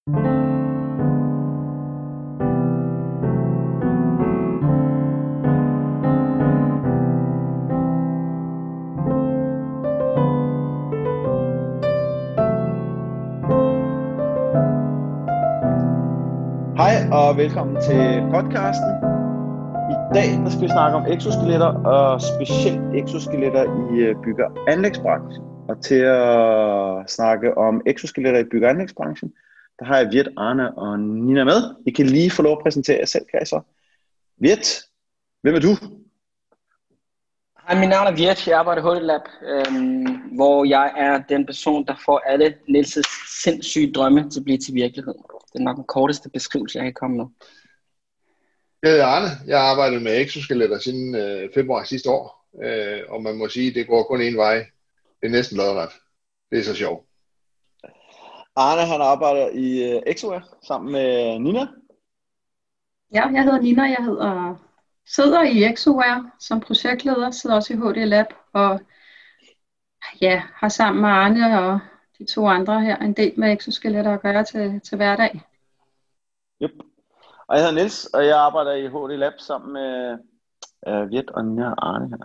Hej og velkommen til podcasten. I dag der skal vi snakke om exoskeletter, og specielt exoskeletter i bygge- og anlægsbranchen. Og til at snakke om exoskeletter i bygge- og anlægsbranchen, der har jeg Viet, Arne og Nina med. I kan lige få lov at præsentere jer selv, kan I så? Viet, hvem er du? Hej, mit navn er Viet. Jeg arbejder i HT Lab, hvor jeg er den person, der får alle Niels' sindssyge drømme til at blive til virkelighed. Det er nok den korteste beskrivelse, jeg kan komme med. Jeg hedder Arne. Jeg har arbejdet med exoskeletter siden februar sidste år, og man må sige, at det går kun en vej. Det er næsten lodret. Det er så sjovt. Arne, han arbejder i Exoware sammen med Nina. Ja, jeg hedder Nina. Jeg sidder i Exoware som projektleder, sidder også i HT Lab, og ja, har sammen med Arne og de to andre her en del med exoskeletter at gøre til hverdag. Yep. Og jeg hedder Niels, og jeg arbejder i HT Lab sammen med Viet og Nina og Arne her.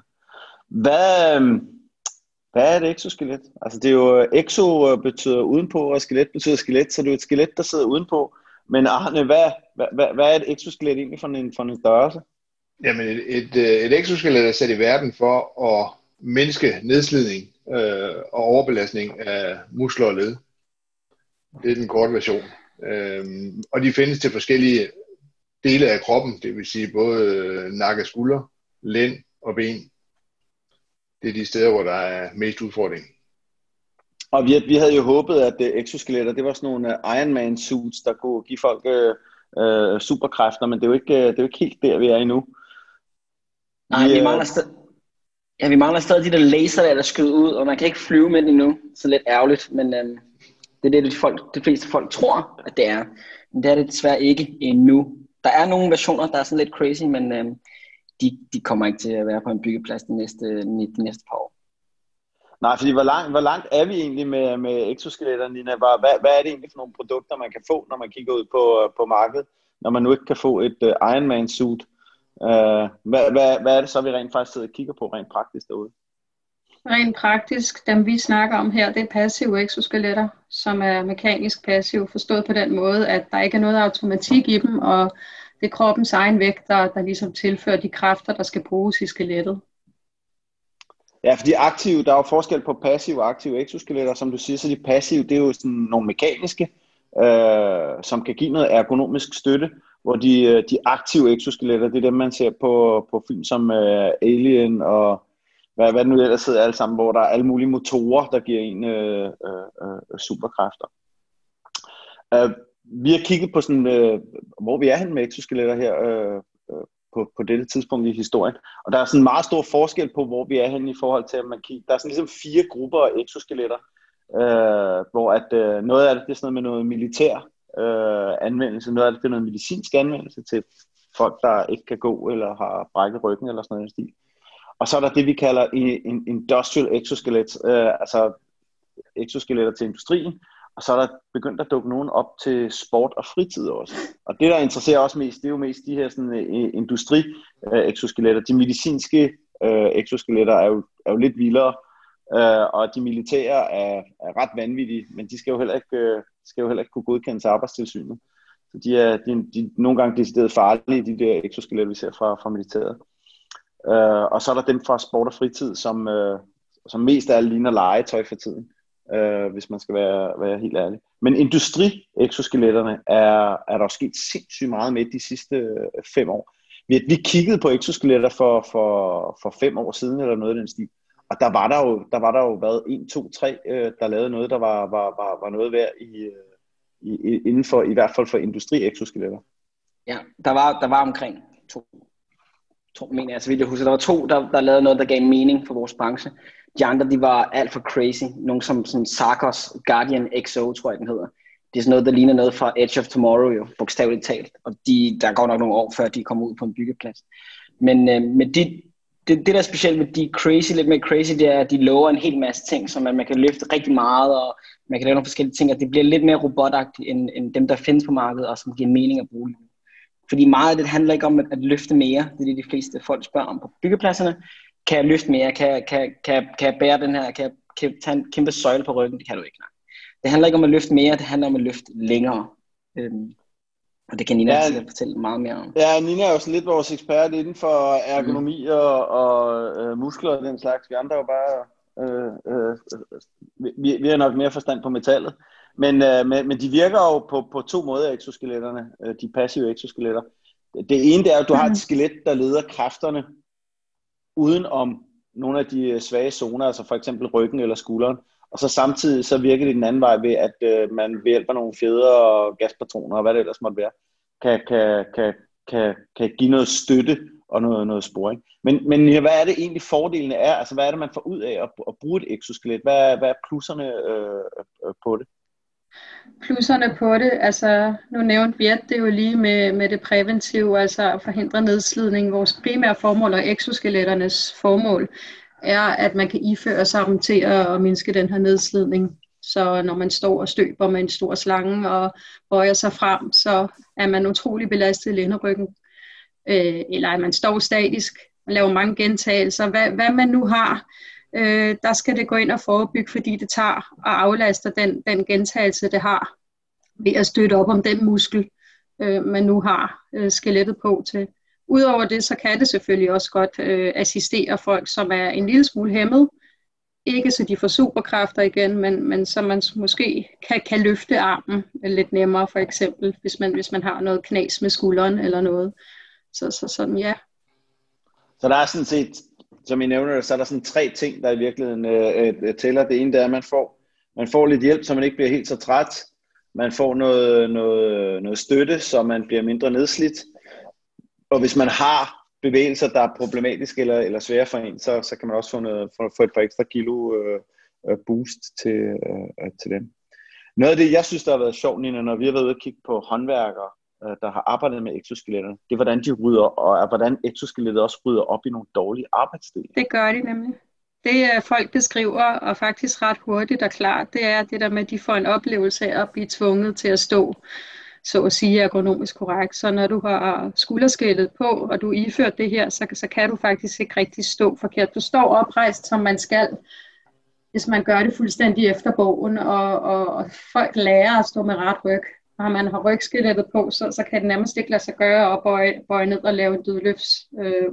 Hvad er et exoskelet? Altså det er jo, exo betyder udenpå, og skelet betyder skelet, så det er et skelet, der sidder udenpå. Men Arne, hvad er et exoskelet egentlig for en størrelse? Jamen et exoskelet er sat i verden for at mindske nedslidning og overbelastning af muskler og led. Det er den korte version. Og de findes til forskellige dele af kroppen, det vil sige både nakke og skulder, lænd og ben. Det er de steder, hvor der er mest udfordring. Og vi havde jo håbet, at exoskeletter, det var sådan nogle Iron Man suits, der kunne give folk superkræfter, men det er jo ikke helt der, vi er endnu. Nej, vi mangler stadig de der laser, der skyder ud, og man kan ikke flyve med det endnu. Så lidt ærgerligt, men det er det, de fleste folk tror, at det er. Men det er det desværre ikke endnu. Der er nogle versioner, der er sådan lidt crazy, men de kommer ikke til at være på en byggeplads de næste par år. Nej, fordi hvor langt er vi egentlig med exoskeletter, Nina? Hvad er det egentlig for nogle produkter, man kan få, når man kigger ud på markedet, når man nu ikke kan få et Iron Man suit? Hvad er det så, vi rent faktisk sidder og kigger på rent praktisk derude? Rent praktisk, dem vi snakker om her, det er passive exoskeletter, som er mekanisk passive, forstået på den måde, at der ikke er noget automatik i dem, og det er kroppens egen vægt, der ligesom tilfører de kræfter, der skal bruges i skelettet. Ja, fordi aktive, der er jo forskel på passive og aktive exoskeletter, som du siger, så de passive, det er jo sådan nogle mekaniske, som kan give noget ergonomisk støtte, hvor de aktive exoskeletter, det er dem, man ser på film som Alien og hvad det nu ellers hedder alle sammen, hvor der er alle mulige motorer, der giver en superkræfter. Vi har kigget på sådan, hvor vi er hen med exoskeletter her på dette tidspunkt i historien, og der er sådan en meget stor forskel på, hvor vi er hen i forhold til, at man kigger. Der er sådan ligesom 4 grupper af exoskeletter, hvor at noget af det er sådan noget med noget militær anvendelse, noget af det er noget medicinsk anvendelse til folk, der ikke kan gå eller har brækket ryggen eller sådan noget stil. Og så er der det, vi kalder en industrial exoskeletter, altså exoskeletter til industrien, og så er der begyndt at dukke nogen op til sport og fritid også. Og det, der interesserer os mest, det er jo mest de her sådan, industri-exoskeletter. De medicinske exoskeletter er jo lidt vildere, og de militære er ret vanvittige, men de skal jo heller ikke kunne godkendes af Arbejdstilsynet. Så de er nogle gange decideret farlige, de der exoskeletter, vi ser fra militæret. Og så er der dem fra sport og fritid, som mest af alt ligner legetøj for tiden, hvis man skal være helt ærlig. Men industri-exoskeletterne er der sket sindssygt meget med de sidste 5 år. Vi kiggede på exoskeletter for 5 år siden, eller noget af den stil. Og der var der jo været 1, 2, 3, der lavede noget, der var noget værd inden for, i hvert fald for industri-exoskeletter. Ja, der var omkring 2, mener jeg, så vidt jeg husker. Der var 2, der lavede noget, der gav mening for vores branche. De andre, de var alt for crazy. Nogle som sådan Sarkos Guardian XO, tror jeg den hedder. Det er sådan noget, der ligner noget fra Edge of Tomorrow, jo, bogstaveligt talt. Og der går nok nogle år, før de kommer ud på en byggeplads. Men med det der er specielt med de lidt mere crazy, det er, at de lover en hel masse ting, så man kan løfte rigtig meget, og man kan lave nogle forskellige ting, og det bliver lidt mere robotagtigt, end dem, der findes på markedet, og som giver mening at bruge. Fordi meget af det handler ikke om at løfte mere, det er det, de fleste folk spørger om på byggepladserne. Kan jeg løfte mere? Kan jeg bære den her? Kan jeg tage en kæmpe søjle på ryggen? Det kan du ikke. Nej. Det handler ikke om at løfte mere, det handler om at løfte længere. Og det kan Nina fortælle meget mere om. Ja, Nina er jo sådan lidt vores ekspert inden for ergonomi og muskler og den slags. Vi andre er jo bare... vi har nok mere forstand på metallet. Men de virker jo på to måder, exoskeletterne. De passive exoskeletter. Det ene det er, at du har et skelet, der leder kræfterne uden om nogle af de svage zoner, altså for eksempel ryggen eller skulderen. Og så samtidig så virker det den anden vej ved, at man ved hjælp af nogle fjeder og gaspatroner og hvad det ellers måtte være, kan give noget støtte og noget sporing. Men hvad er det egentlig fordelene er? Altså hvad er det man får ud af at bruge et exoskelet? Hvad er plusserne på det? Plusserne på det, altså nu nævnte vi, at det jo lige med det præventive, altså at forhindre nedslidning. Vores primære formål og exoskeletternes formål er, at man kan iføre sig dem til at mindske den her nedslidning. Så når man står og støber med en stor slange og bøjer sig frem, så er man utrolig belastet i lænderyggen. Eller at man står statisk og laver mange gentagelser. Hvad man nu har, der skal det gå ind og forebygge, fordi det tager og aflaster den gentagelse, det har, ved at støtte op om den muskel, man nu har skelettet på til. Udover det, så kan det selvfølgelig også godt assistere folk, som er en lille smule hæmmet. Ikke så de får superkræfter igen, men så man måske kan løfte armen lidt nemmere, for eksempel, hvis man har noget knas med skulderen eller noget. Så sådan, ja. Så der er sådan set, som I nævner, så er der sådan 3 ting, der i virkeligheden tæller. Det ene det er, at man får lidt hjælp, så man ikke bliver helt så træt. Man får noget støtte, så man bliver mindre nedslidt. Og hvis man har bevægelser, der er problematiske eller svære for en, så kan man også få et par ekstra kilo boost til dem. Noget af det, jeg synes, der har været sjovt, Nina, når vi har været ude og kigge på håndværkere, der har arbejdet med exoskeletterne, det er, hvordan de rydder, og hvordan exoskelettet også rydder op i nogle dårlige arbejdsdele. Det gør de nemlig. Det folk beskriver, og faktisk ret hurtigt og klart, det er det der med, at de får en oplevelse af at blive tvunget til at stå, så at sige, ergonomisk korrekt. Så når du har skulderskelettet på, og du iført det her, så kan du faktisk ikke rigtig stå forkert. Du står oprejst, som man skal, hvis man gør det fuldstændig efter bogen, og folk lærer at stå med ret ryg. Når man har rygskelettet på, så kan det nærmest ikke lade sig gøre at bøje ned og lave en dødløfts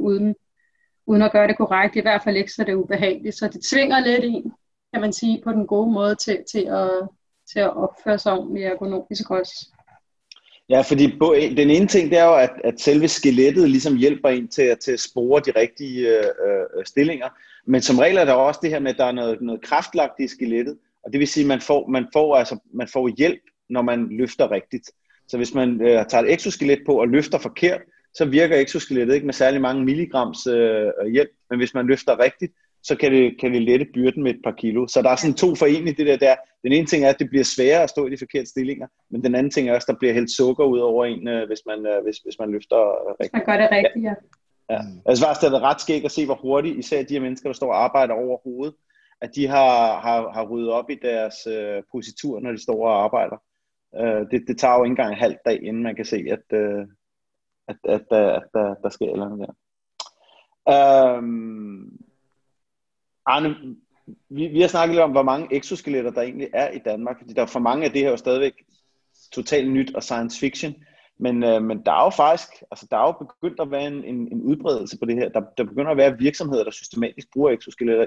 uden at gøre det korrekt. I hvert fald ikke, så det er ubehageligt. Så det tvinger lidt en, kan man sige, på den gode måde til at opføre sig ordentligt ergonomisk også. Ja, fordi den ene ting, det er jo, at selve skelettet ligesom hjælper en til at spore de rigtige stillinger. Men som regel er der også det her med, at der er noget kraftlagt i skelettet. Og det vil sige, at man får hjælp, når man løfter rigtigt. Så hvis man tager et exoskelet på og løfter forkert, så virker exoskelettet ikke med særlig mange milligrams hjælp. Men hvis man løfter rigtigt, så kan det lette byrden med et par kilo. Så der er sådan 2 for 1 i det der. Den ene ting er, at det bliver sværere at stå i de forkerte stillinger, men den anden ting er også, at der bliver hældt sukker ud over en, hvis man løfter rigtigt. Man gør det rigtigt, ja. Ja. Altså faktisk, det har været ret skægt at se, hvor hurtigt, især de her mennesker, der står og arbejder over hovedet, at de har ryddet op i deres positur, når de står og arbejder. Det tager jo ikke engang en halv dag, inden man kan se, at der sker et eller andet der. Arne, vi har snakket lidt om, hvor mange exoskeletter der egentlig er i Danmark, fordi der er for mange af det her jo stadigvæk totalt nyt og science fiction, men der er jo faktisk, altså der er jo begyndt at være en udbredelse på det her. Der begynder at være virksomheder, der systematisk bruger exoskeletter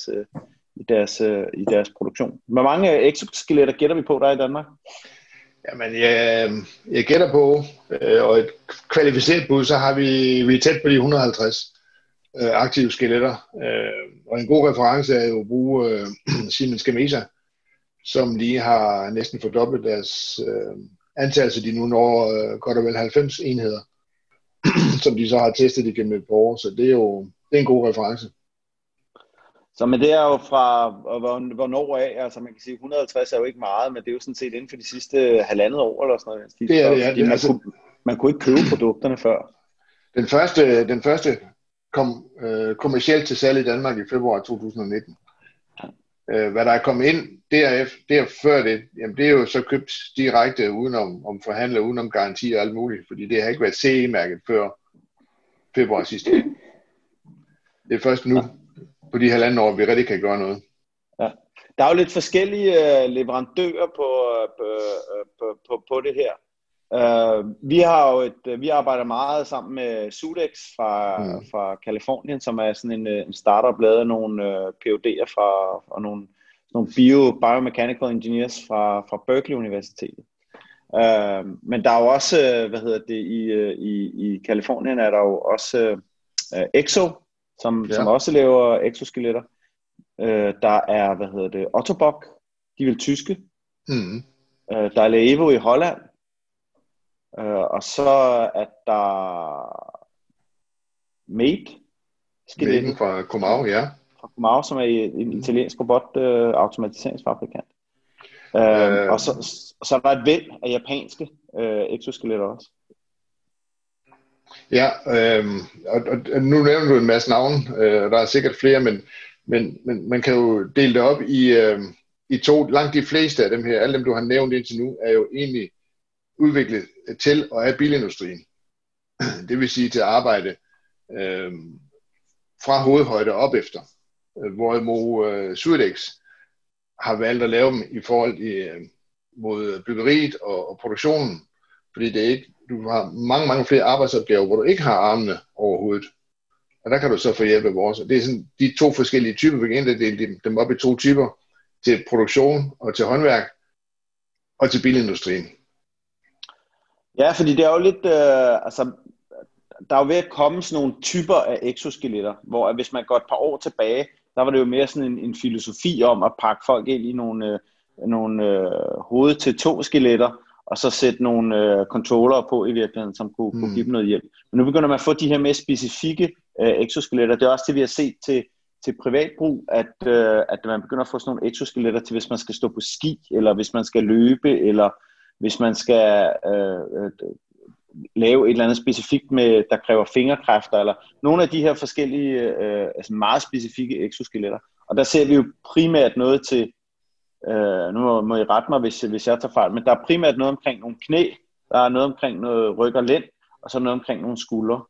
i deres produktion. Hvor mange exoskeletter gætter vi på, der er i Danmark? Jamen, jeg gætter på, og et kvalificeret bud, så har vi tæt på de 150 aktive skeletter. Og en god reference er jo at bruge Siemens Gamesa, som lige har næsten fordoblet deres antal, så de nu når godt og vel 90 enheder, som de så har testet igennem et par år. Så det er en god reference. Så men det er jo fra hvornår af, altså man kan sige 150 er jo ikke meget, men det er jo sådan set inden for de sidste 1,5 år eller sådan noget. Det er det, ja. Man kunne ikke købe produkterne før. Den første kom kommercielt til salg i Danmark i februar 2019. Hvad der er kommet ind før det, jamen det er jo så købt direkte udenom forhandler, udenom garanti og alt muligt, fordi det har ikke været CE-mærket før februar sidste år. Det er først nu, på de 1,5 år, vi rigtig kan gøre noget. Ja. Der er jo lidt forskellige leverandører på det her. Vi arbejder meget sammen med Sudex fra Californien, som er sådan en startup lavet af nogle PhD'er og nogle biomechanical engineers fra Berkeley Universitetet. Men der er jo også, i Californien er der jo også Exo, som også laver exoskeletter. Der er, Ottobock, de er vel tyske. Der er Levo i Holland. Og så er der Made fra Comau, ja. Fra Comau, som er en italiensk robot-automatiseringsfabrikant. Og så er der et væld af japanske exoskeletter også. Ja, og nu nævner du en masse navne, og der er sikkert flere, men man kan jo dele det op i to. Langt de fleste af dem her, alle dem du har nævnt indtil nu, er jo egentlig udviklet til og af bilindustrien. Det vil sige til at arbejde fra hovedhøjde op efter. Hvorimod Sudex har valgt at lave dem i forhold mod byggeriet og produktionen. Fordi det er ikke, du har mange flere arbejdsopgaver, hvor du ikke har armene overhovedet. Og der kan du så få hjælp af vores. Det er sådan de to forskellige typer. Vi kan egentlig dele dem op i 2 typer. Til produktion og til håndværk og til bilindustrien. Ja, fordi det er jo lidt, der er jo ved at komme sådan nogle typer af exoskeletter, hvor hvis man går et par år tilbage, der var det jo mere sådan en filosofi om at pakke folk ind i nogle hoved til 2 skeletter, og så sætte nogle controllere på i virkeligheden, som kunne give dem noget hjælp. Men nu begynder man at få de her mere specifikke exoskeletter. Det er også det, vi har set til privatbrug, at man begynder at få sådan nogle exoskeletter til, hvis man skal stå på ski, eller hvis man skal løbe, eller hvis man skal lave et eller andet specifikt, der kræver fingerkræfter, eller nogle af de her forskellige, meget specifikke exoskeletter. Og der ser vi jo primært noget til, nu må I rette mig, hvis jeg tager fejl, men der er primært noget omkring nogle knæ, der er noget omkring noget ryg og lænd, og så noget omkring nogle skuldre.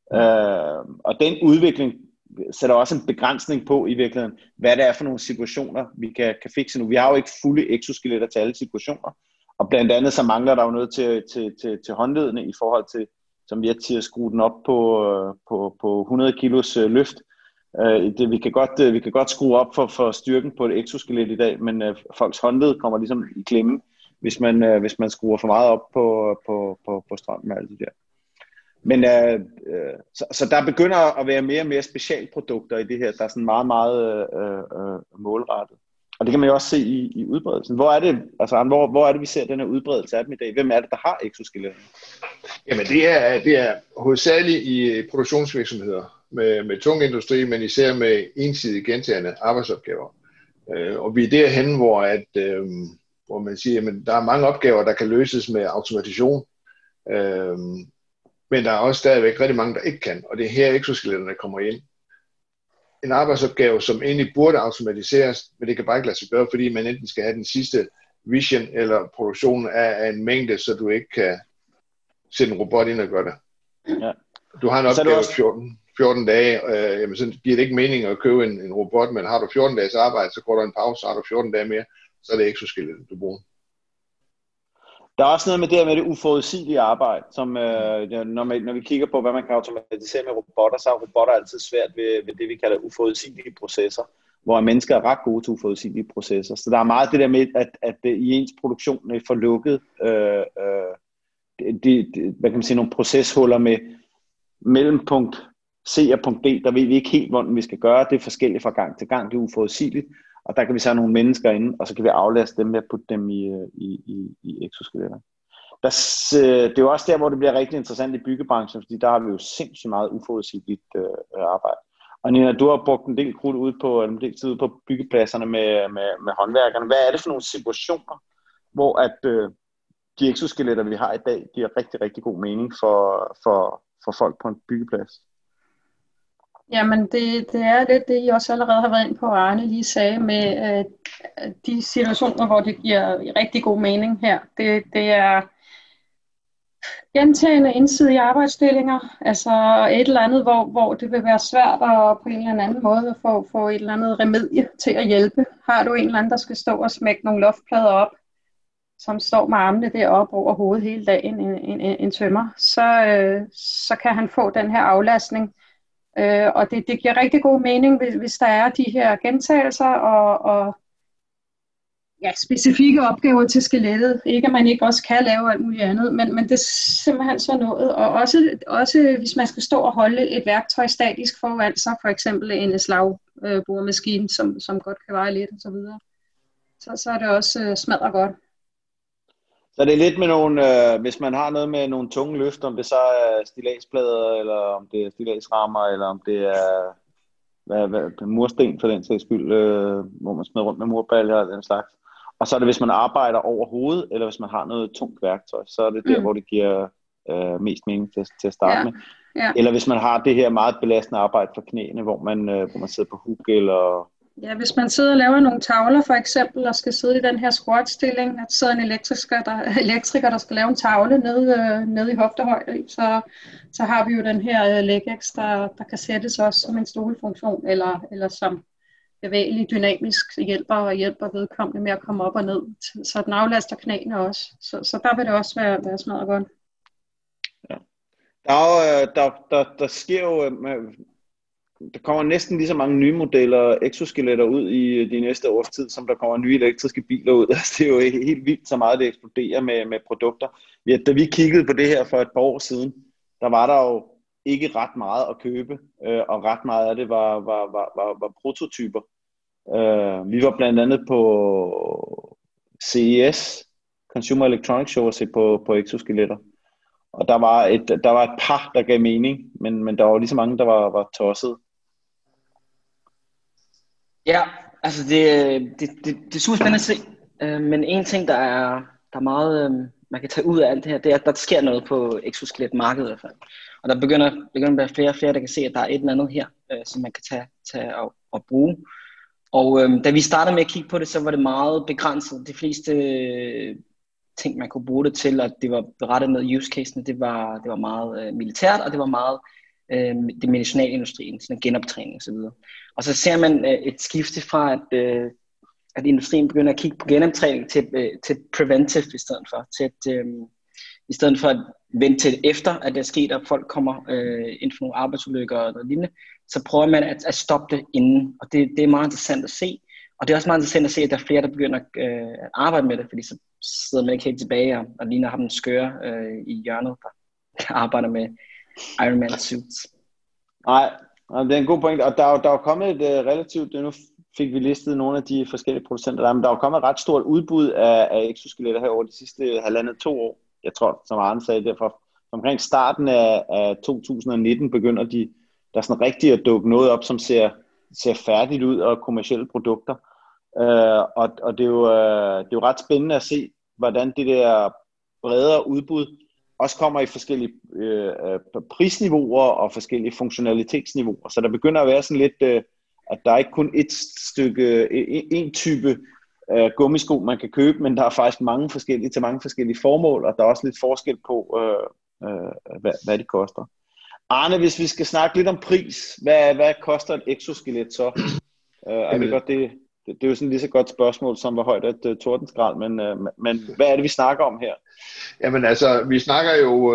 Og den udvikling sætter også en begrænsning på i virkeligheden, hvad det er for nogle situationer, vi kan fikse nu. Vi har jo ikke fulde exoskeletter til alle situationer, og blandt andet så mangler der jo noget til håndledene i forhold til, som jeg siger, at skrue den op på 100 kilos løft. Vi kan godt skrue op for styrken på et exoskelet i dag, men folks håndled kommer ligesom i klemme, hvis man skruer for meget op på strømmen og alt det der. Men så der begynder at være mere og mere specialprodukter i det her, der er sådan meget, meget målrettet. Og det kan man jo også se i udbredelsen. Hvor er det, vi ser den her udbredelse af dem i dag? Hvem er det, der har exoskeletter? Jamen det er hovedsageligt i produktionsvirksomheder med tung industri, men især med ensidige gentagende arbejdsopgaver. Og vi er derhen, hvor man siger, at der er mange opgaver, der kan løses med automatisation. Men der er også stadigvæk rigtig mange, der ikke kan, og det er her exoskeletterne kommer ind. En arbejdsopgave, som egentlig burde automatiseres, men det kan bare ikke lade sig gøre, fordi man enten skal have den sidste vision eller produktion af en mængde, så du ikke kan sætte en robot ind og gøre det. Ja. Du har en opgave også 14 dage, jamen så giver det ikke mening at købe en robot, men har du 14 dages arbejde, så går der en pause, så har du 14 dage mere, så er det exoskelettet, du bruger. Der er også noget med det uforudsigelige arbejde, som når vi kigger på, hvad man kan automatisere med robotter, så er robotter altid svært ved det, vi kalder uforudsigelige processer, hvor mennesker er ret gode til uforudsigelige processer. Så der er meget det der med, at i ens produktion er for lukket, hvad kan man sige, nogle proceshuller med mellempunkt C og punkt D, der ved vi ikke helt, hvordan vi skal gøre. Det er forskelligt fra gang til gang, det er uforudsigeligt. Og der kan vi så have nogle mennesker inde, og så kan vi aflaste dem ved at putte dem i exoskeletter. Det er jo også der, hvor det bliver rigtig interessant i byggebranchen, fordi der har vi jo sindssygt meget uforudsigeligt arbejde. Og Nina, du har brugt en del krudt en del tid ude på byggepladserne med håndværkerne. Hvad er det for nogle situationer, hvor at de exoskeletter, vi har i dag, giver rigtig, rigtig god mening for folk på en byggeplads? Jamen, det er lidt det, I også allerede har været inde på, Arne lige sagde, med de situationer, hvor det giver rigtig god mening her. Det er gentagende indsidige arbejdsstillinger, altså et eller andet, hvor det vil være svært at på en eller anden måde at få et eller andet remedie til at hjælpe. Har du en eller anden, der skal stå og smække nogle loftplader op, som står med armene deroppe over hovedet hele dagen, en tømmer, så kan han få den her aflastning. Og det giver rigtig god mening, hvis der er de her gentagelser og specifikke opgaver til skelettet. Ikke at man ikke også kan lave alt muligt andet, men det er simpelthen så noget. Og også hvis man skal stå og holde et værktøj statisk foran sig, for eksempel en slagboremaskine, som godt kan veje lidt og så videre, så er det også smadret godt. Så det er lidt med nogle, hvis man har noget med nogle tunge løft, om det så er stilladsplader, eller om det er stilladsrammer, eller om det er mursten for den sags skyld, hvor man smider rundt med murbaljer og den slags. Og så er det, hvis man arbejder over hovedet, eller hvis man har noget tungt værktøj, så er det der, hvor det giver mest mening til at starte med. Ja. Eller hvis man har det her meget belastende arbejde for knæene, hvor man sidder på huk eller... Ja, hvis man sidder og laver nogle tavler for eksempel, og skal sidde i den her squat-stilling, at sidder en elektriker, der skal lave en tavle nede i hoftehøjde, så har vi jo den her leg-ex, der kan sættes også som en stolefunktion, eller som bevægelig dynamisk hjælper vedkommende med at komme op og ned. Så den aflaster knæene også. Så der vil det også være smadret godt. Ja. Der sker jo... Der kommer næsten lige så mange nye modeller exoskeletter ud i de næste års tid, som der kommer nye elektriske biler ud. Altså, det er jo helt vildt så meget, det eksploderer med produkter. Da vi kiggede på det her for et par år siden, der var der jo ikke ret meget at købe, og ret meget af det var prototyper. Vi var blandt andet på CES, Consumer Electronics Show, og se på exoskeletter. Og der var et par, der gav mening, men der var lige så mange, der var tosset. Ja, altså det er super spændende at se, men en ting, der er meget, man kan tage ud af alt det her, det er, at der sker noget på exoskeletmarkedet i hvert fald. Og der begynder at være flere og flere, der kan se, at der er et eller andet her, som man kan tage og bruge. Og da vi startede med at kigge på det, så var det meget begrænset. De fleste ting, man kunne bruge det til, og det var berettet med use casene, det var meget militært, og det var meget det medicinalindustrien, sådan genoptræning og så videre. Og så ser man et skifte fra, at industrien begynder at kigge på genoptræning til preventive i stedet for. I stedet for at vente til efter, at det er sket, og folk kommer ind for nogle arbejdsulykker og noget lignende, så prøver man at stoppe det inden. Og det er meget interessant at se. Og det er også meget interessant at se, at der er flere, der begynder at arbejde med det, fordi så sidder man ikke helt tilbage og ligner ham en skøre i hjørnet, der arbejder med Ironman suits. Nej, det er en god point. Og der er jo kommet et relativt, nu fik vi listet nogle af de forskellige producenter der, men der er jo kommet et ret stort udbud af exoskeletter her over de sidste 1,5-2 år. Jeg tror, som Arne sagde, derfor omkring starten af 2019 begynder der sådan rigtig at dukke noget op, som ser færdigt ud og kommercielle produkter. Og det er jo ret spændende at se, hvordan det der bredere udbud også kommer i forskellige prisniveauer og forskellige funktionalitetsniveauer. Så der begynder at være sådan lidt, at der er ikke kun en type gummisko, man kan købe, men der er faktisk mange forskellige til mange forskellige formål, og der er også lidt forskel på, hvad de koster. Arne, hvis vi skal snakke lidt om pris, hvad koster et exoskelet så? Jeg ved godt, det er jo sådan lige så godt spørgsmål, som var højt et tordensgrad, men hvad er det, vi snakker om her? Jamen altså, vi snakker jo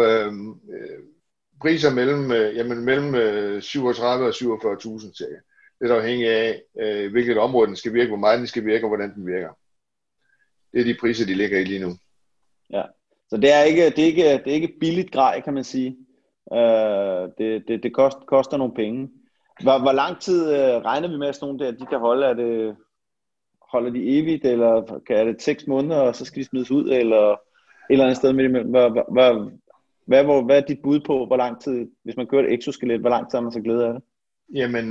priser mellem 37 og 47.000 cirka. Det er afhængigt af, hvilket område den skal virke, hvor meget den skal virke, og hvordan den virker. Det er de priser, de ligger i lige nu. Ja, så det er ikke billigt grej, kan man sige. Det koster nogle penge. Hvor lang tid regner vi med, at sådan nogle der, de kan holde? Holder de evigt, eller er det 6 måneder, og så skal de smides ud, eller et eller andet sted midt imellem? Hvad er dit bud på, hvor lang tid, hvis man kører et exoskelet, hvor lang tid har man så glæde af det? Jamen,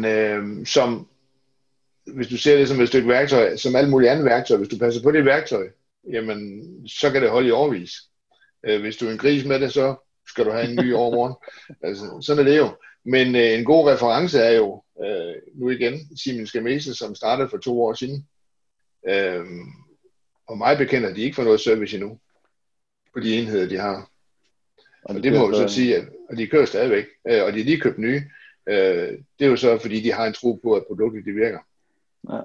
hvis du ser det som et stykke værktøj, som alt muligt andet værktøj, hvis du passer på det værktøj, jamen, så kan det holde i årevis. Hvis du er en gris med det, så skal du have en ny overmorgen. Altså, sådan er det jo. Men en god reference er jo nu igen Siemens Gamesa, som startede for 2 år siden. Og mig bekendt, at de ikke får noget service endnu på de enheder, de har. Og det må jo så sige, at de kører stadigvæk, og de er lige købt nye. Det er jo så, fordi de har en tro på, at produktet det virker. Ja.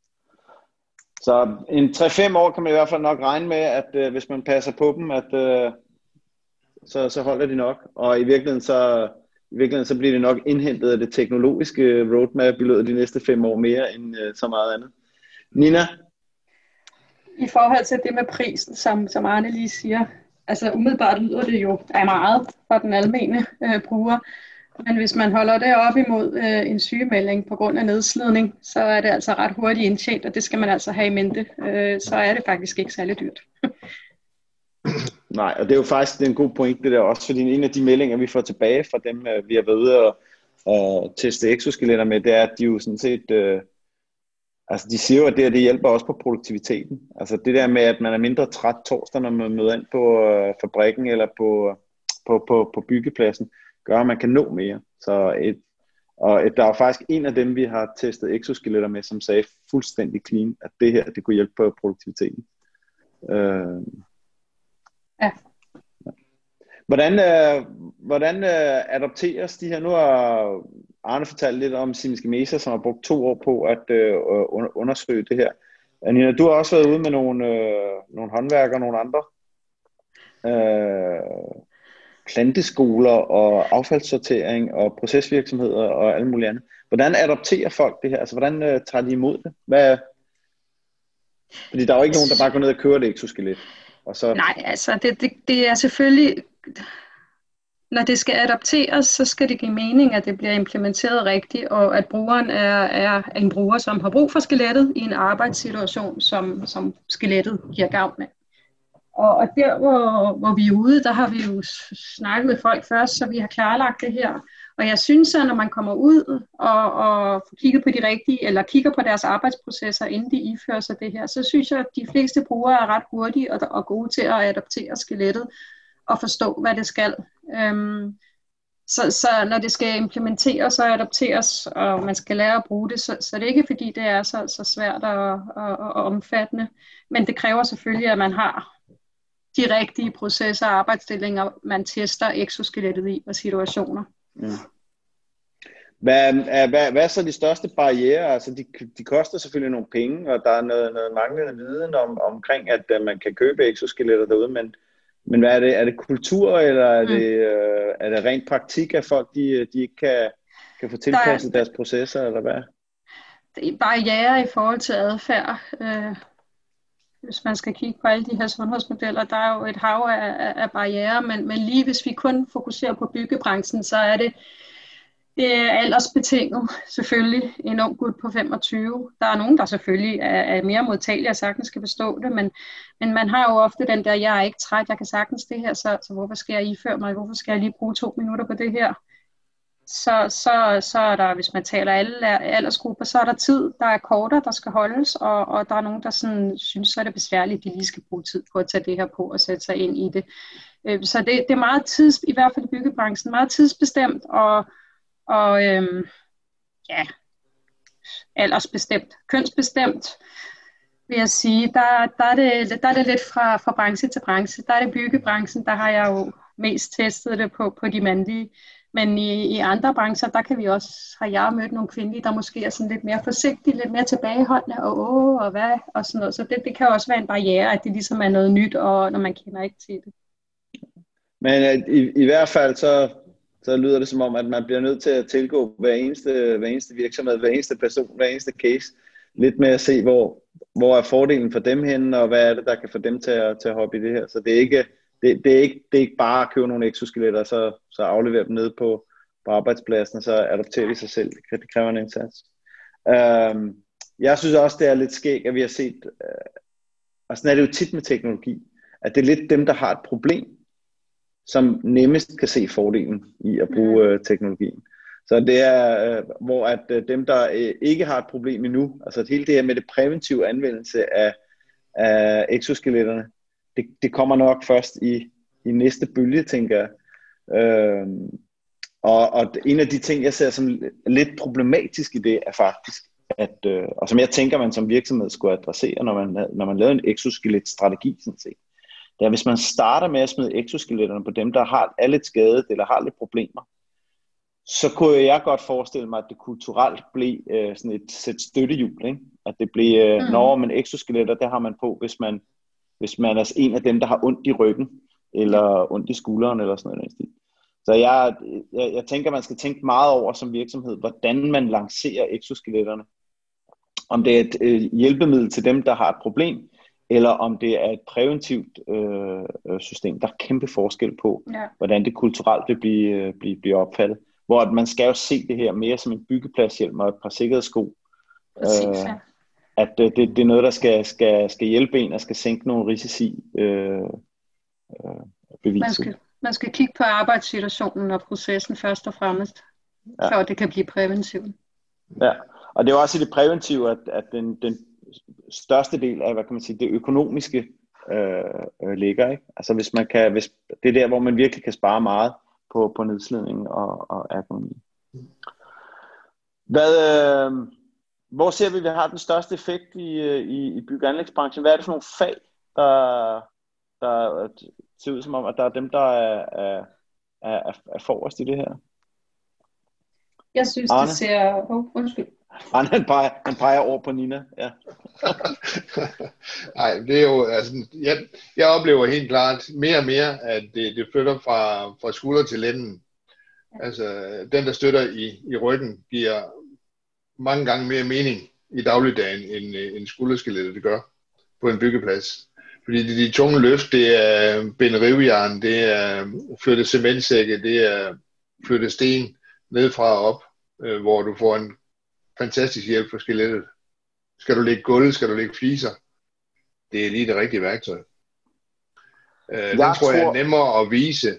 Så en 3-5 år kan man i hvert fald nok regne med, at hvis man passer på dem, at så holder de nok. Og i virkeligheden så bliver det nok indhentet af det teknologiske roadmap i løbet af de næste 5 år mere end så meget andet. Nina? I forhold til det med prisen, som Arne lige siger, altså umiddelbart lyder det jo af meget for den almene bruger, men hvis man holder det op imod en sygemelding på grund af nedslidning, så er det altså ret hurtigt indtjent, og det skal man altså have i mente. Så er det faktisk ikke særlig dyrt. Nej, og det er jo faktisk en god point det der også, fordi en af de meldinger, vi får tilbage fra dem, vi har været ude og teste exoskeletter med, det er, at de jo sådan set, altså de siger jo, at det hjælper også på produktiviteten. Altså det der med, at man er mindre træt torsdag, når man møder ind på fabrikken eller på byggepladsen, gør, at man kan nå mere. Der er faktisk en af dem, vi har testet exoskeletter med, som sagde fuldstændig clean, at det her, det kunne hjælpe på produktiviteten. Ja. Hvordan adopteres de her? Nu har Arne fortalt lidt om Siemens Gamesa, som har brugt 2 år på at undersøge det her. Nina, du har også været ude med nogle håndværkere og nogle andre planteskoler og affaldssortering og procesvirksomheder og alt muligt andet. Hvordan adopterer folk det her? Altså, hvordan tager de imod det? Fordi der er jo ikke nogen, der bare går ned og kører det exoskelet. Og så... Nej, altså det er selvfølgelig, når det skal adopteres, så skal det give mening, at det bliver implementeret rigtigt, og at brugeren er en bruger, som har brug for skelettet i en arbejdssituation, som skelettet giver gavn af. Og der, hvor vi er ude, der har vi jo snakket med folk først, så vi har klarlagt det her. Og jeg synes, at når man kommer ud og kigger på de rigtige, eller kigger på deres arbejdsprocesser, inden de ifører sig det her, så synes jeg, at de fleste brugere er ret hurtige og gode til at adaptere skelettet og forstå, hvad det skal. Så når det skal implementeres og adapteres, og man skal lære at bruge det, så det er ikke fordi, det er så svært og omfattende. Men det kræver selvfølgelig, at man har de rigtige processer og arbejdsstillinger, man tester exoskelettet i og situationer. Mm. Hvad er så de største barrierer? Altså de koster selvfølgelig nogle penge, og der er noget manglende viden omkring, at man kan købe exoskeletter derude, men hvad er det? Er det kultur, eller er det rent praktik, at folk de ikke kan få tilpasset deres processer, eller hvad? Det er barrierer i forhold til adfærd. Hvis man skal kigge på alle de her sundhedsmodeller, der er jo et hav af barrierer, men lige hvis vi kun fokuserer på byggebranchen, så er det aldersbetinget selvfølgelig. En ung gut på 25. Der er nogen, der selvfølgelig er mere modtagelige og sagtens skal forstå det, men man har jo ofte den der, jeg er ikke træt, jeg kan sagtens det her, så hvorfor skal jeg iføre mig, hvorfor skal jeg lige bruge 2 minutter på det her? Så er der, hvis man taler alle aldersgrupper, så er der tid, der er korter, der skal holdes, og der er nogen, der sådan, synes, så er det besværligt, de lige skal bruge tid på at tage det her på og sætte sig ind i det. Så det er meget i hvert fald i byggebranchen, meget tidsbestemt og aldersbestemt, kønsbestemt, vil jeg sige. Der er det lidt fra branche til branche. Der er det byggebranchen, der har jeg jo mest testet det på de mandlige. Men i andre brancher, der kan vi også, har jeg mødt nogle kvindelige, der måske er sådan lidt mere forsigtige, lidt mere tilbageholdende, og hvad, og sådan noget. Så det kan også være en barriere, at det ligesom er noget nyt, og når man kender ikke til det. Men i hvert fald så lyder det som om, at man bliver nødt til at tilgå hver eneste virksomhed, hver eneste person, hver eneste case, lidt med at se, hvor er fordelen for dem henne, og hvad er det, der kan få dem til at hoppe i det her. Så det er ikke bare at købe nogle exoskeletter, så aflevere dem ned på arbejdspladsen, og så adopterer de sig selv. Det kræver en indsats. Jeg synes også, det er lidt skægt, at vi har set, og sådan er det jo tit med teknologi, at det er lidt dem, der har et problem, som nemmest kan se fordelen i at bruge teknologien. Så det er, hvor at dem, der ikke har et problem endnu, altså hele det her med det præventive anvendelse af exoskeletterne, det kommer nok først i næste bølge, tænker jeg. Og en af de ting, jeg ser som lidt problematisk i det, er faktisk, at, og som jeg tænker, man som virksomhed skulle adressere, når man laver en exoskelet-strategi, sådan set, det er, hvis man starter med at smide exoskeletterne på dem, der er lidt skadet eller har lidt problemer, så kunne jeg godt forestille mig, at det kulturelt blev sådan et sæt støttehjul, ikke? At det blev, men exoskeletter, det har man på, hvis man er en af dem, der har ondt i ryggen, eller ondt i skulderen, eller sådan noget. Så jeg tænker, man skal tænke meget over som virksomhed, hvordan man lancerer exoskeletterne. Om det er et hjælpemiddel til dem, der har et problem, eller om det er et præventivt system. Der er kæmpe forskel på, hvordan det kulturelt vil blive opfattet. Hvor man skal jo se det her mere som en byggepladshjelm og et par sikkerhedssko. Præcis, ja. At det er noget, der skal hjælpe en og skal sænke nogle risici beviset. Man skal kigge på arbejdssituationen og processen først og fremmest, før det kan blive præventivt. Ja, og det er jo også i det præventive, at den største del af, hvad kan man sige, det økonomiske ligger, ikke? Altså hvis det er der, hvor man virkelig kan spare meget på nedslidning og ergonomi. Hvor ser vi har den største effekt i bygge- og anlægsbranchen? Hvad er det for nogle fag, der ser ud som om, at der er dem, der er forrest i det her? Jeg synes, Arne? Det ser... undskyld. Arne, han peger over på Nina. Ja. Nej, det er jo... Altså, jeg oplever helt klart mere og mere, at det flytter fra skulder til lænden. Altså, den, der støtter i ryggen, giver mange gange mere mening i dagligdagen, end skulderskelettet det gør på en byggeplads. Fordi de tunge løft, det er binde rivjern, det er flytte cementsække, det er flytte sten nedfra og op, hvor du får en fantastisk hjælp for skelettet. Skal du lægge gulv, skal du lægge fliser, det er lige det rigtige værktøj. Den tror jeg er nemmere at vise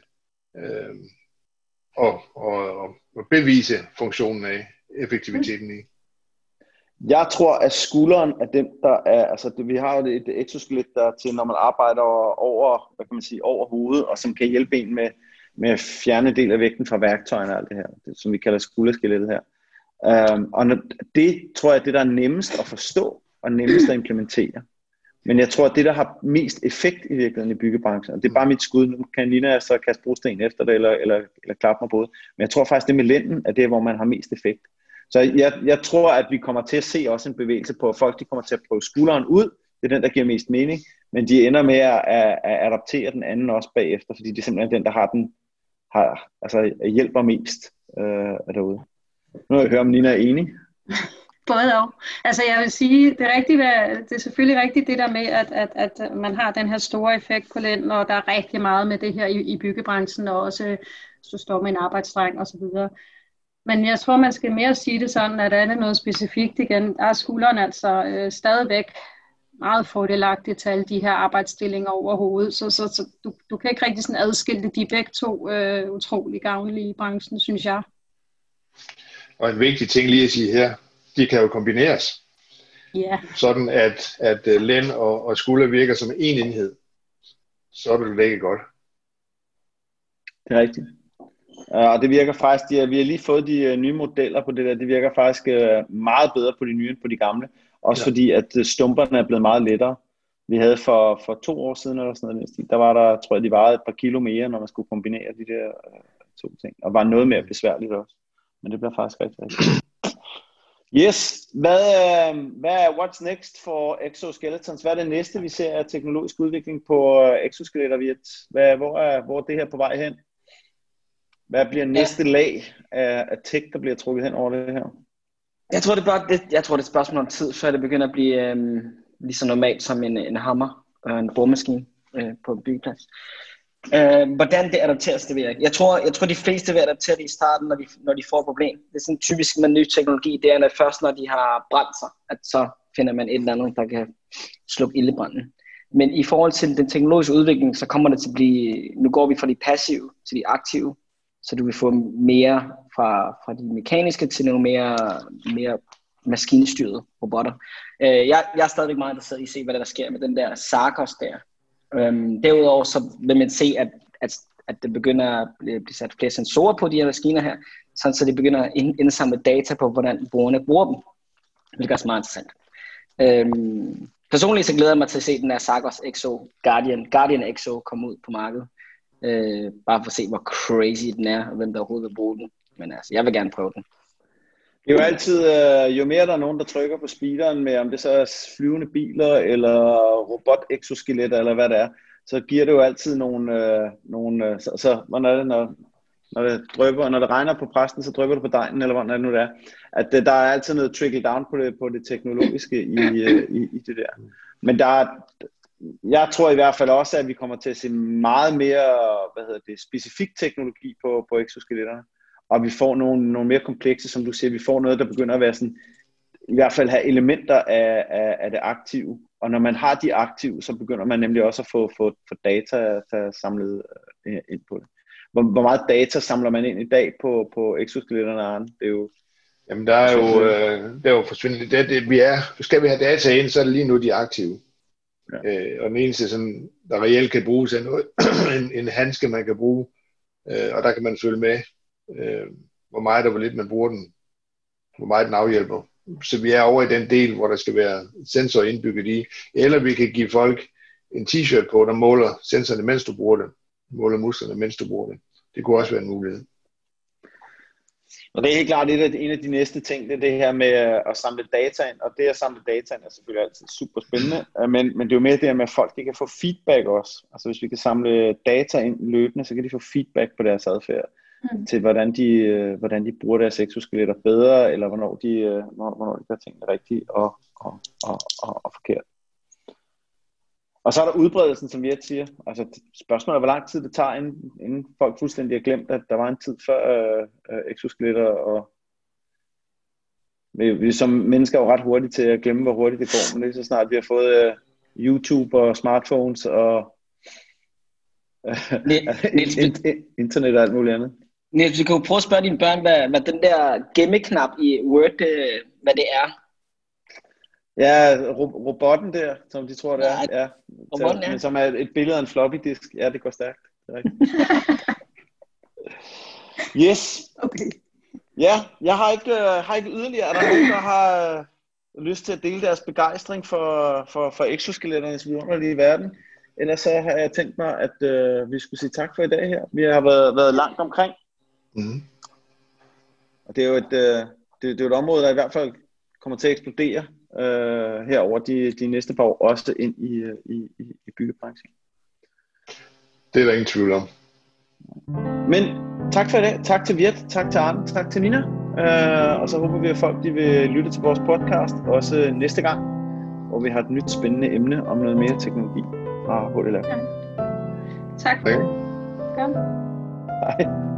og bevise funktionen af, effektiviteten i. Jeg tror, at skulderen er dem, der er, altså vi har jo et exoskelet der til, når man arbejder over, hvad kan man sige, over hovedet, og som kan hjælpe en med at fjerne del af vægten fra værktøjerne og alt det her, det, som vi kalder skulderskelettet her. Og det tror jeg, det der er nemmest at forstå, og nemmest at implementere. Men jeg tror, at det der har mest effekt i virkeligheden i byggebranchen, og det er bare mit skud, nu kan Nina så kaste brosten efter det, eller klappe mig på det, men jeg tror faktisk, det med lænden er det, hvor man har mest effekt. Så jeg tror, at vi kommer til at se også en bevægelse på, at folk de kommer til at prøve skulderen ud. Det er den, der giver mest mening. Men de ender med at adaptere den anden også bagefter, fordi det er simpelthen den, der hjælper mest derude. Nu vil jeg høre, om Nina er enig. Både og. Altså jeg vil sige, det er selvfølgelig rigtigt det der med, at man har den her store effekt på lænden, og der er rigtig meget med det her i byggebranchen, og også hvis du står med en arbejdsstreng og så videre. Men jeg tror, man skal mere sige det sådan, at er det noget specifikt igen, der er skulderen altså stadigvæk meget fordelagtigt til alle de her arbejdsstillinger over hovedet. Så du kan ikke rigtig sådan adskille de begge to utrolig gavnlige i branchen, synes jeg. Og en vigtig ting lige at sige her, de kan jo kombineres. Ja. Sådan at lænd og skulder virker som en enhed. Så er det ikke godt. Det er rigtigt. Og det virker faktisk, vi har lige fået de nye modeller på det der, det virker faktisk meget bedre på de nye end på de gamle. Også fordi, at stumperne er blevet meget lettere. Vi havde for 2 år siden eller sådan noget, der var der, tror jeg, de vejede et par kilo mere, når man skulle kombinere de der 2 ting. Og var noget mere besværligt også. Men det bliver faktisk rigtig. Yes, what's next for exoskeletons? Hvad er det næste, vi ser af teknologisk udvikling på exoskeletter? Hvor er det her på vej hen? Hvad bliver næste lag af tech, der bliver trukket hen over det her? Jeg tror, det er et spørgsmål om tid, før det begynder at blive lige så normalt som en hammer og en boremaskine på en byggeplads. Hvordan det adapteres, det ved jeg ikke. Jeg tror de fleste vil adaptere det i starten, når de får et problem. Det er sådan typisk med ny teknologi, det er først, når de har brændt sig, at så finder man et eller andet, der kan slukke ildebranden. Men i forhold til den teknologiske udvikling, så kommer det til at blive, nu går vi fra de passive til de aktive, så du vil få mere fra de mekaniske til nogle mere maskinstyrede robotter. Jeg er stadigvæk meget interesseret i at se, hvad der sker med den der Sarkos der. Derudover så vil man se, at det begynder at blive sat flere sensorer på de her maskiner her, sådan så de begynder at indsamle data på, hvordan brugerne bruger dem, hvilket er meget interessant. Personligt så glæder jeg mig til at se den her Sargos Exo Guardian Exo komme ud på markedet. Bare for at se, hvor crazy den er, og hvem der overhovedet vil bruge den. Men altså, jeg vil gerne prøve den. Det er jo altid, jo mere der er nogen, der trykker på speederen med, om det så er flyvende biler, eller robot-exoskeletter, eller hvad det er, så giver det jo altid nogle så hvordan er det, når det drypper, når det regner på præsten, så drypper det på dejen, eller hvordan er det nu det er. At der er altid noget trickle down på det teknologiske i det der. Men jeg tror i hvert fald også, at vi kommer til at se meget mere, specifik teknologi på exoskeletterne. Og vi får nogle mere komplekse, som du siger, vi får noget, der begynder at være sådan, i hvert fald have elementer af det aktive. Og når man har de aktive, så begynder man nemlig også at få data samlet ind på det. Hvor meget data samler man ind i dag på exoskeletterne, Arne? Det er jo... Jamen der er jo forsvindeligt. Skal vi have data ind, så er det lige nu de aktive. Ja. Og den eneste, som der reelt kan bruges, er noget, en handske, man kan bruge. Og der kan man følge med, hvor meget og hvor lidt man bruger den. Hvor meget den afhjælper. Så vi er over i den del, hvor der skal være sensorer indbygget i. Eller vi kan give folk en t-shirt på, der måler sensorerne, mens du bruger det. Måler musklerne, mens du bruger det. Det kunne også være en mulighed. Og det er helt klart en af de næste ting, det er det her med at samle data ind. Og det at samle data ind er selvfølgelig altid super spændende. Men det er jo mere det her med, at folk kan få feedback også. Altså hvis vi kan samle data ind løbende, så kan de få feedback på deres adfærd. Til hvordan de bruger deres exoskeletter bedre, eller hvornår de gør tingene rigtigt og forkert. Og så er der udbredelsen, som Viet siger. Altså spørgsmålet er, hvor lang tid det tager, inden folk fuldstændig har glemt, at der var en tid før exoskeletter, og vi som mennesker er jo ret hurtige til at glemme, hvor hurtigt det går, men det er så snart vi har fået YouTube og smartphones og internet og alt muligt andet. Niels, du kan jo prøve at spørge dine børn, hvad den der gemmeknap i Word, hvad det er. Ja, robotten der, som de tror det er. Ja. Robotten, ja. Men som er et billede af en floppy disk. Ja, det går stærkt. Det er rigtigt. Yes. Okay. Ja, jeg har ikke yderligere. Er der nogen, der har lyst til at dele deres begejstring for exoskeletternes vidunderlige verden? Ellers så har jeg tænkt mig, at vi skulle sige tak for i dag her. Vi har været langt omkring. Mm. Og det er jo et område, der i hvert fald kommer til at eksplodere herover de næste par år, også ind i byggebranchen. Det er der ingen tvivl om. Men tak for i dag. Tak til Viet, tak til Arne, tak til Nina. Og så håber vi, at folk vil lytte til vores podcast også næste gang, hvor vi har et nyt spændende emne om noget mere teknologi fra HDLab. Ja. Tak. Okay. Godt. Hej.